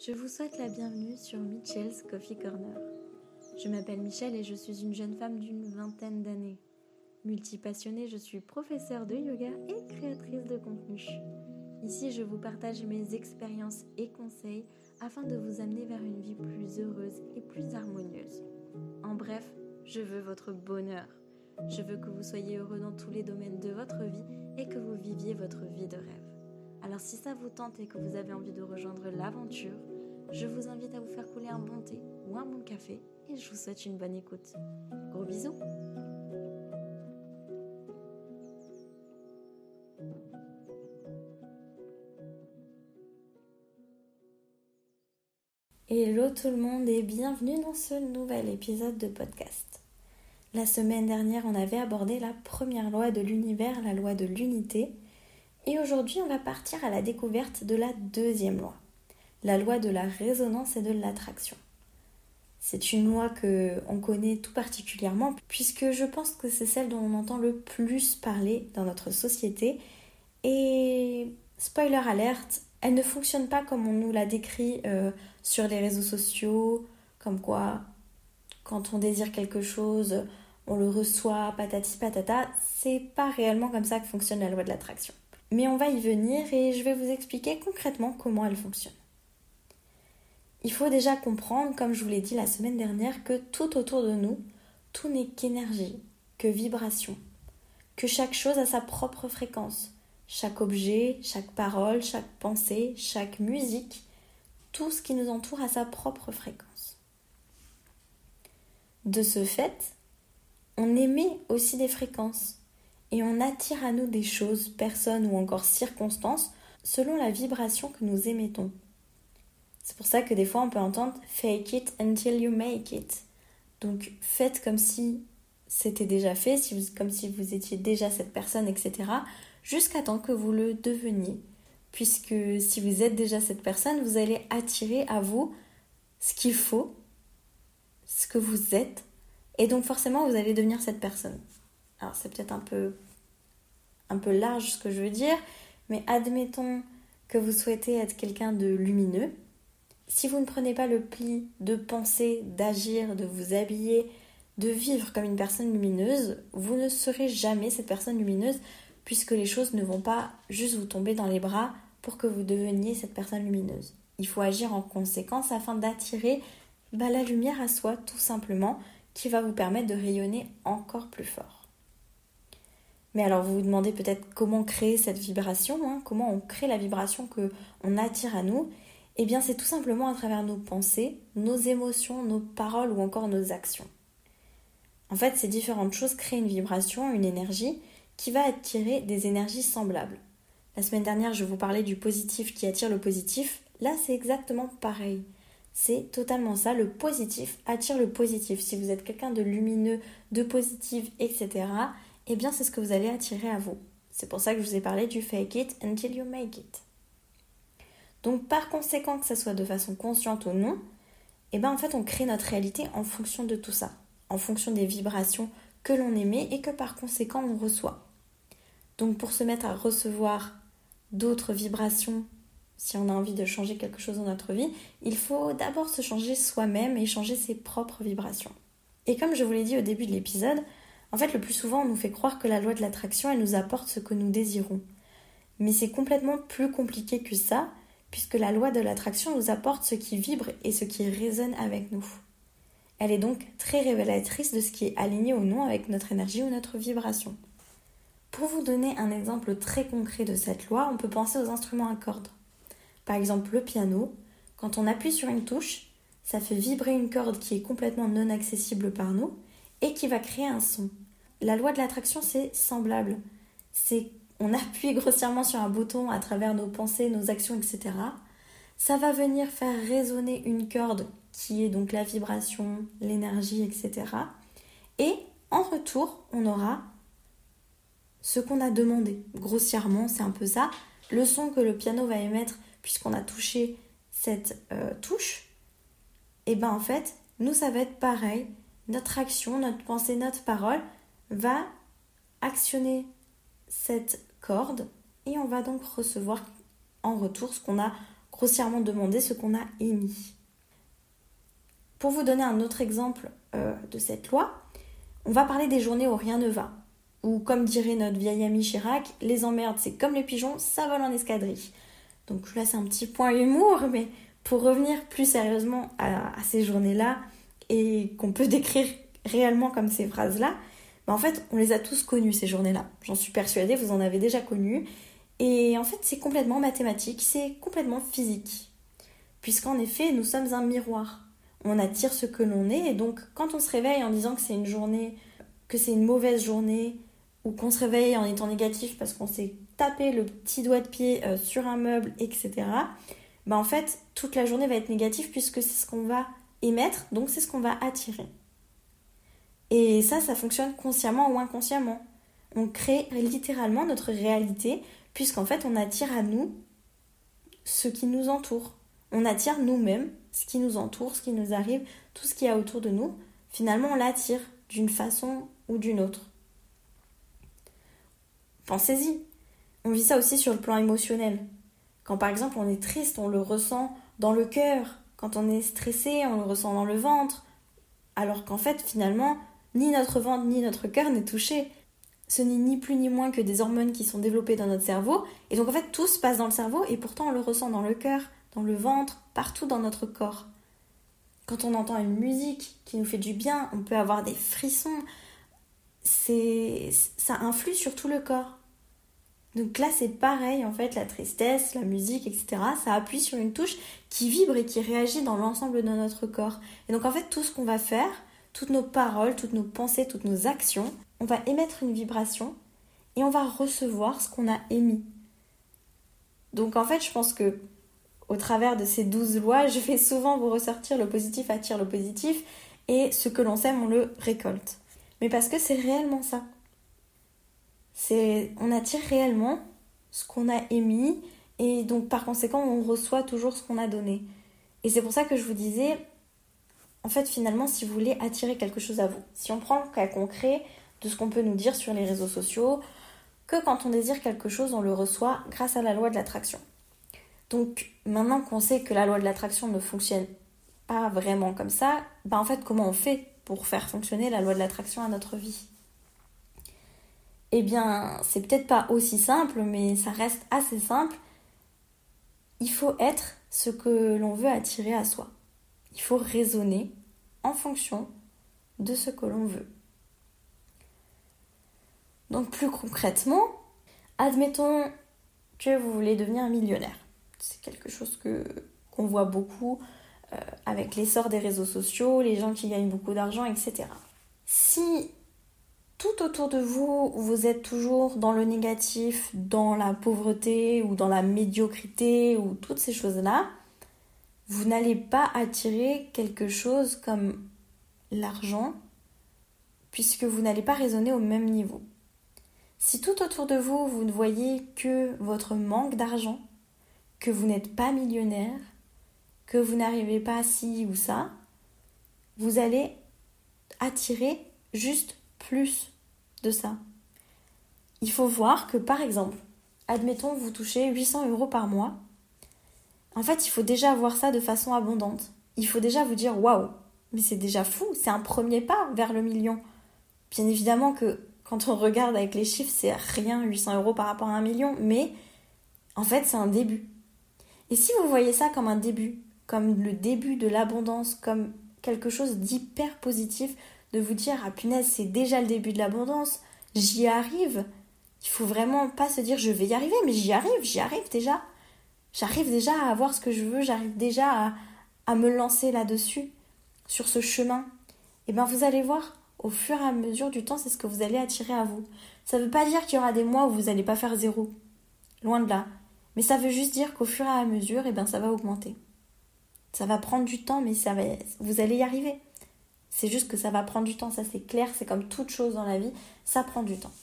Je vous souhaite la bienvenue sur Michelle's Coffee Corner. Je m'appelle Michelle et je suis une jeune femme d'une vingtaine d'années. Multipassionnée, je suis professeure de yoga et créatrice de contenu. Ici, je vous partage mes expériences et conseils afin de vous amener vers une vie plus heureuse et plus harmonieuse. En bref, je veux votre bonheur. Je veux que vous soyez heureux dans tous les domaines de votre vie et que vous viviez votre vie de rêve. Alors si ça vous tente et que vous avez envie de rejoindre l'aventure, je vous invite à vous faire couler un bon thé ou un bon café et je vous souhaite une bonne écoute. Gros bisous! Hello tout le monde et bienvenue dans ce nouvel épisode de podcast. La semaine dernière, on avait abordé la première loi de l'univers, la loi de l'unité. Et aujourd'hui, on va partir à la découverte de la deuxième loi, la loi de la résonance et de l'attraction. C'est une loi qu'on connaît tout particulièrement puisque je pense que c'est celle dont on entend le plus parler dans notre société. Et spoiler alert, elle ne fonctionne pas comme on nous l'a décrit sur les réseaux sociaux, comme quoi quand on désire quelque chose, on le reçoit, patati patata. C'est pas réellement comme ça que fonctionne la loi de l'attraction. Mais on va y venir et je vais vous expliquer concrètement comment elle fonctionne. Il faut déjà comprendre, comme je vous l'ai dit la semaine dernière, que tout autour de nous, tout n'est qu'énergie, que vibration, que chaque chose a sa propre fréquence. Chaque objet, chaque parole, chaque pensée, chaque musique, tout ce qui nous entoure a sa propre fréquence. De ce fait, on émet aussi des fréquences. Et on attire à nous des choses, personnes ou encore circonstances selon la vibration que nous émettons. C'est pour ça que des fois on peut entendre « fake it until you make it ». Donc faites comme si c'était déjà fait, comme si vous étiez déjà cette personne, etc. jusqu'à temps que vous le deveniez. Puisque si vous êtes déjà cette personne, vous allez attirer à vous ce qu'il faut, ce que vous êtes, et donc forcément vous allez devenir cette personne. Alors c'est peut-être un peu large ce que je veux dire, mais admettons que vous souhaitez être quelqu'un de lumineux. Si vous ne prenez pas le pli de penser, d'agir, de vous habiller, de vivre comme une personne lumineuse, vous ne serez jamais cette personne lumineuse puisque les choses ne vont pas juste vous tomber dans les bras pour que vous deveniez cette personne lumineuse. Il faut agir en conséquence afin d'attirer la lumière à soi tout simplement qui va vous permettre de rayonner encore plus fort. Mais alors vous vous demandez peut-être comment créer cette vibration, comment on crée la vibration qu'on attire à nous. Eh bien c'est tout simplement à travers nos pensées, nos émotions, nos paroles ou encore nos actions. En fait, ces différentes choses créent une vibration, une énergie qui va attirer des énergies semblables. La semaine dernière, je vous parlais du positif qui attire le positif. Là, c'est exactement pareil. C'est totalement ça, le positif attire le positif. Si vous êtes quelqu'un de lumineux, de positif, etc., eh bien c'est ce que vous allez attirer à vous. C'est pour ça que je vous ai parlé du fake it until you make it. Donc par conséquent, que ça soit de façon consciente ou non, en fait on crée notre réalité en fonction de tout ça, en fonction des vibrations que l'on émet et que par conséquent on reçoit. Donc pour se mettre à recevoir d'autres vibrations, si on a envie de changer quelque chose dans notre vie, il faut d'abord se changer soi-même et changer ses propres vibrations. Et comme je vous l'ai dit au début de l'épisode, en fait, le plus souvent, on nous fait croire que la loi de l'attraction, elle nous apporte ce que nous désirons. Mais c'est complètement plus compliqué que ça, puisque la loi de l'attraction nous apporte ce qui vibre et ce qui résonne avec nous. Elle est donc très révélatrice de ce qui est aligné ou non avec notre énergie ou notre vibration. Pour vous donner un exemple très concret de cette loi, on peut penser aux instruments à cordes. Par exemple, le piano, quand on appuie sur une touche, ça fait vibrer une corde qui est complètement non accessible par nous, et qui va créer un son. La loi de l'attraction, c'est semblable. On appuie grossièrement sur un bouton à travers nos pensées, nos actions, etc. Ça va venir faire résonner une corde qui est donc la vibration, l'énergie, etc. Et en retour, on aura ce qu'on a demandé. Grossièrement, c'est un peu ça. Le son que le piano va émettre puisqu'on a touché cette touche, en fait, nous, ça va être pareil. Notre action, notre pensée, notre parole va actionner cette corde et on va donc recevoir en retour ce qu'on a grossièrement demander ce qu'on a émis. Pour vous donner un autre exemple de cette loi, on va parler des journées où rien ne va. Ou comme dirait notre vieil ami Chirac, les emmerdes c'est comme les pigeons, ça vole en escadrille. Donc là c'est un petit point humour, mais pour revenir plus sérieusement à ces journées-là, et qu'on peut décrire réellement comme ces phrases-là, en fait on les a tous connues ces journées-là. J'en suis persuadée, vous en avez déjà connues. Et en fait c'est complètement mathématique, c'est complètement physique. Puisqu'en effet nous sommes un miroir. On attire ce que l'on est, et donc quand on se réveille en disant que c'est une journée, que c'est une mauvaise journée, ou qu'on se réveille en étant négatif parce qu'on s'est tapé le petit doigt de pied sur un meuble, etc., en fait, toute la journée va être négative puisque c'est ce qu'on va émettre, donc c'est ce qu'on va attirer. Et ça fonctionne consciemment ou inconsciemment. On crée littéralement notre réalité puisqu'en fait, on attire à nous ce qui nous entoure. On attire nous-mêmes ce qui nous entoure, ce qui nous arrive, tout ce qu'il y a autour de nous. Finalement, on l'attire d'une façon ou d'une autre. Pensez-y. On vit ça aussi sur le plan émotionnel. Quand par exemple on est triste, on le ressent dans le cœur. Quand on est stressé, on le ressent dans le ventre. Alors qu'en fait, finalement, ni notre ventre ni notre cœur n'est touché. Ce n'est ni plus ni moins que des hormones qui sont développées dans notre cerveau. Et donc en fait, tout se passe dans le cerveau et pourtant on le ressent dans le cœur, dans le ventre, partout dans notre corps. Quand on entend une musique qui nous fait du bien, on peut avoir des frissons. Ça influe sur tout le corps. Donc là, c'est pareil, en fait, la tristesse, la musique, etc., ça appuie sur une touche qui vibre et qui réagit dans l'ensemble de notre corps. Et donc, en fait, tout ce qu'on va faire, toutes nos paroles, toutes nos pensées, toutes nos actions, on va émettre une vibration et on va recevoir ce qu'on a émis. Donc, en fait, je pense que au travers de ces 12 lois, je vais souvent vous ressortir le positif attire le positif et ce que l'on sème, on le récolte. Mais parce que c'est réellement ça. On attire réellement ce qu'on a émis et donc par conséquent on reçoit toujours ce qu'on a donné. Et c'est pour ça que je vous disais, en fait finalement si vous voulez attirer quelque chose à vous, si on prend le cas concret de ce qu'on peut nous dire sur les réseaux sociaux, que quand on désire quelque chose on le reçoit grâce à la loi de l'attraction. Donc maintenant qu'on sait que la loi de l'attraction ne fonctionne pas vraiment comme ça, en fait comment on fait pour faire fonctionner la loi de l'attraction à notre vie ? Eh bien, c'est peut-être pas aussi simple, mais ça reste assez simple. Il faut être ce que l'on veut attirer à soi. Il faut raisonner en fonction de ce que l'on veut. Donc plus concrètement, admettons que vous voulez devenir millionnaire. C'est quelque chose qu'on voit beaucoup avec l'essor des réseaux sociaux, les gens qui gagnent beaucoup d'argent, etc. Si tout autour de vous, vous êtes toujours dans le négatif, dans la pauvreté ou dans la médiocrité ou toutes ces choses-là, vous n'allez pas attirer quelque chose comme l'argent puisque vous n'allez pas raisonner au même niveau. Si tout autour de vous, vous ne voyez que votre manque d'argent, que vous n'êtes pas millionnaire, que vous n'arrivez pas à ci ou ça, vous allez attirer juste plus de ça. Il faut voir que par exemple, admettons vous touchez 800 € par mois. En fait, il faut déjà voir ça de façon abondante. Il faut déjà vous dire waouh, mais c'est déjà fou, c'est un premier pas vers le million. Bien évidemment que quand on regarde avec les chiffres, c'est rien 800 € par rapport à 1 million, mais en fait, c'est un début. Et si vous voyez ça comme un début, comme le début de l'abondance, comme quelque chose d'hyper positif, de vous dire ah punaise c'est déjà le début de l'abondance, j'y arrive. Il faut vraiment pas se dire je vais y arriver, mais j'y arrive déjà. J'arrive déjà à avoir ce que je veux, j'arrive déjà à me lancer là-dessus, sur ce chemin. Et vous allez voir, au fur et à mesure du temps, c'est ce que vous allez attirer à vous. Ça veut pas dire qu'il y aura des mois où vous n'allez pas faire zéro. Loin de là. Mais ça veut juste dire qu'au fur et à mesure, ça va augmenter. Ça va prendre du temps, mais vous allez y arriver. C'est juste que ça va prendre du temps, ça c'est clair, c'est comme toute chose dans la vie, ça prend du temps.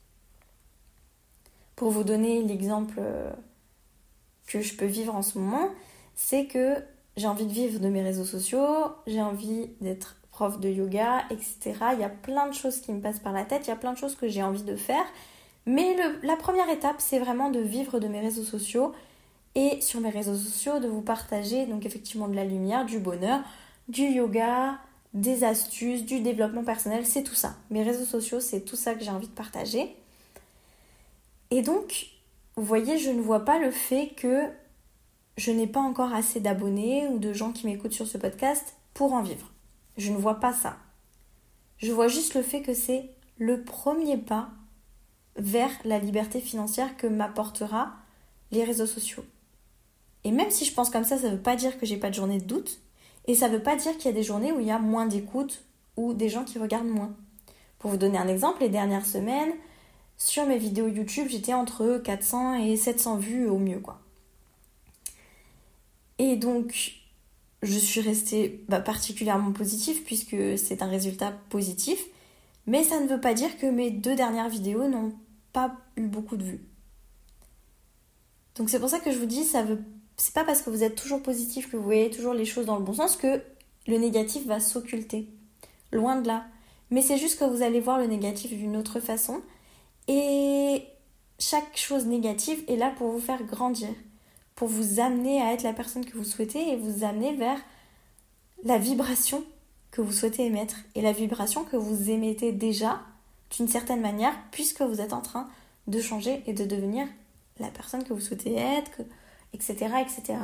Pour vous donner l'exemple que je peux vivre en ce moment, c'est que j'ai envie de vivre de mes réseaux sociaux, j'ai envie d'être prof de yoga, etc. Il y a plein de choses qui me passent par la tête, il y a plein de choses que j'ai envie de faire, mais la première étape, c'est vraiment de vivre de mes réseaux sociaux et sur mes réseaux sociaux de vous partager donc effectivement de la lumière, du bonheur, du yoga, des astuces, du développement personnel, c'est tout ça. Mes réseaux sociaux, c'est tout ça que j'ai envie de partager. Et donc, vous voyez, je ne vois pas le fait que je n'ai pas encore assez d'abonnés ou de gens qui m'écoutent sur ce podcast pour en vivre. Je ne vois pas ça. Je vois juste le fait que c'est le premier pas vers la liberté financière que m'apportera les réseaux sociaux. Et même si je pense comme ça ne veut pas dire que j'ai pas de journée de doute, et ça ne veut pas dire qu'il y a des journées où il y a moins d'écoute ou des gens qui regardent moins. Pour vous donner un exemple, les dernières semaines, sur mes vidéos YouTube, j'étais entre 400 et 700 vues au mieux, quoi. Et donc, je suis restée particulièrement positive puisque c'est un résultat positif, mais ça ne veut pas dire que mes 2 dernières vidéos n'ont pas eu beaucoup de vues. Donc c'est pour ça que je vous dis, c'est pas parce que vous êtes toujours positif, que vous voyez toujours les choses dans le bon sens, que le négatif va s'occulter. Loin de là. Mais c'est juste que vous allez voir le négatif d'une autre façon. Et chaque chose négative est là pour vous faire grandir. Pour vous amener à être la personne que vous souhaitez et vous amener vers la vibration que vous souhaitez émettre. Et la vibration que vous émettez déjà, d'une certaine manière, puisque vous êtes en train de changer et de devenir la personne que vous souhaitez être, etc., etc.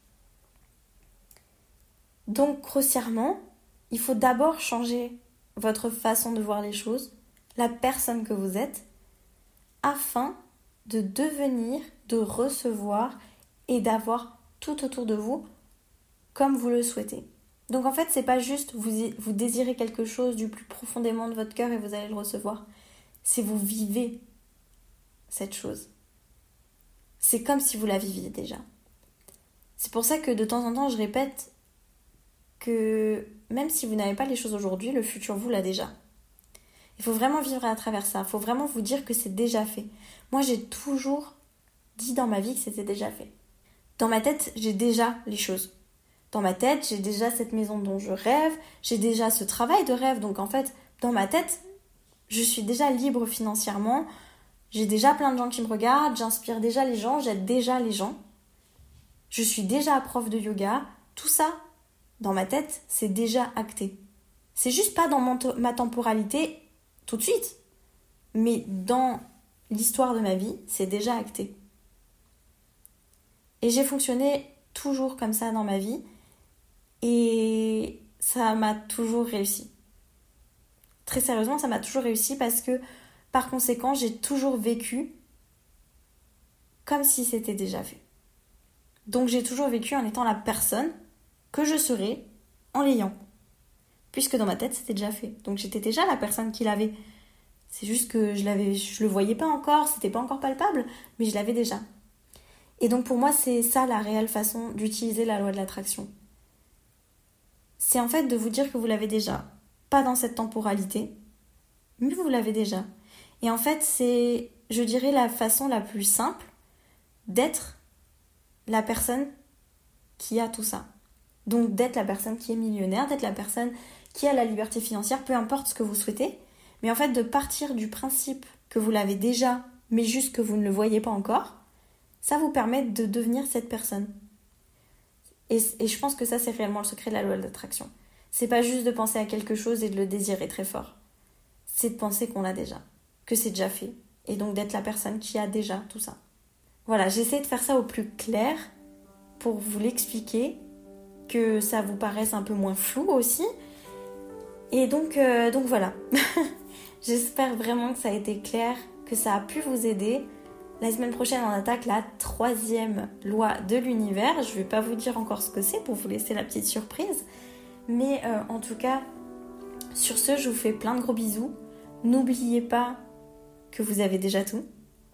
Donc, grossièrement, il faut d'abord changer votre façon de voir les choses, la personne que vous êtes, afin de devenir, de recevoir et d'avoir tout autour de vous comme vous le souhaitez. Donc en fait, c'est pas juste vous désirez quelque chose du plus profondément de votre cœur et vous allez le recevoir. C'est vous vivez cette chose. C'est comme si vous la viviez déjà. C'est pour ça que de temps en temps, je répète que même si vous n'avez pas les choses aujourd'hui, le futur vous l'a déjà. Il faut vraiment vivre à travers ça. Il faut vraiment vous dire que c'est déjà fait. Moi, j'ai toujours dit dans ma vie que c'était déjà fait. Dans ma tête, j'ai déjà les choses. Dans ma tête, j'ai déjà cette maison dont je rêve. J'ai déjà ce travail de rêve. Donc en fait, dans ma tête, je suis déjà libre financièrement. J'ai déjà plein de gens qui me regardent. J'inspire déjà les gens. J'aide déjà les gens. Je suis déjà prof de yoga. Tout ça, dans ma tête, c'est déjà acté. C'est juste pas dans ma temporalité tout de suite. Mais dans l'histoire de ma vie, c'est déjà acté. Et j'ai fonctionné toujours comme ça dans ma vie. Et ça m'a toujours réussi. Très sérieusement, ça m'a toujours réussi parce que, par conséquent, j'ai toujours vécu comme si c'était déjà fait. Donc j'ai toujours vécu en étant la personne que je serais en l'ayant. Puisque dans ma tête, c'était déjà fait. Donc j'étais déjà la personne qui l'avait. C'est juste que je le voyais pas encore, c'était pas encore palpable, mais je l'avais déjà. Et donc pour moi, c'est ça la réelle façon d'utiliser la loi de l'attraction. C'est en fait de vous dire que vous l'avez déjà. Pas dans cette temporalité, mais vous l'avez déjà. Et en fait, c'est, je dirais, la façon la plus simple d'être la personne qui a tout ça. Donc d'être la personne qui est millionnaire, d'être la personne qui a la liberté financière, peu importe ce que vous souhaitez. Mais en fait, de partir du principe que vous l'avez déjà, mais juste que vous ne le voyez pas encore, ça vous permet de devenir cette personne. Et je pense que ça, c'est réellement le secret de la loi de l'attraction. C'est pas juste de penser à quelque chose et de le désirer très fort. C'est de penser qu'on l'a déjà, que c'est déjà fait. Et donc d'être la personne qui a déjà tout ça. Voilà, j'essaie de faire ça au plus clair pour vous l'expliquer, que ça vous paraisse un peu moins flou aussi. Et donc voilà. J'espère vraiment que ça a été clair, que ça a pu vous aider. La semaine prochaine, on attaque la 3e loi de l'univers. Je ne vais pas vous dire encore ce que c'est pour vous laisser la petite surprise. Mais en tout cas, sur ce, je vous fais plein de gros bisous. N'oubliez pas que vous avez déjà tout.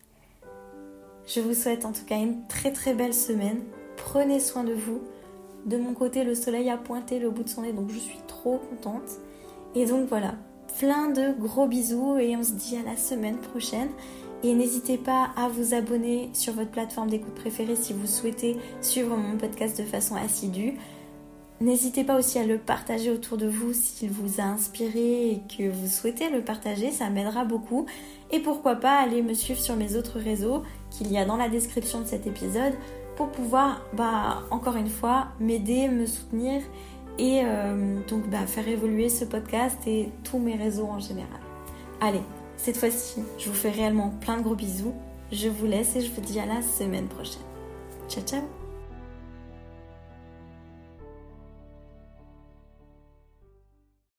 Je vous souhaite en tout cas une très très belle semaine. Prenez soin de vous. De mon côté, le soleil a pointé le bout de son nez, donc je suis trop contente. Et donc voilà, plein de gros bisous et on se dit à la semaine prochaine. Et n'hésitez pas à vous abonner sur votre plateforme d'écoute préférée si vous souhaitez suivre mon podcast de façon assidue. N'hésitez pas aussi à le partager autour de vous s'il vous a inspiré et que vous souhaitez le partager, ça m'aidera beaucoup. Et pourquoi pas aller me suivre sur mes autres réseaux qu'il y a dans la description de cet épisode, pour pouvoir, encore une fois, m'aider, me soutenir et donc faire évoluer ce podcast et tous mes réseaux en général. Allez, cette fois-ci, je vous fais réellement plein de gros bisous. Je vous laisse et je vous dis à la semaine prochaine. Ciao, ciao!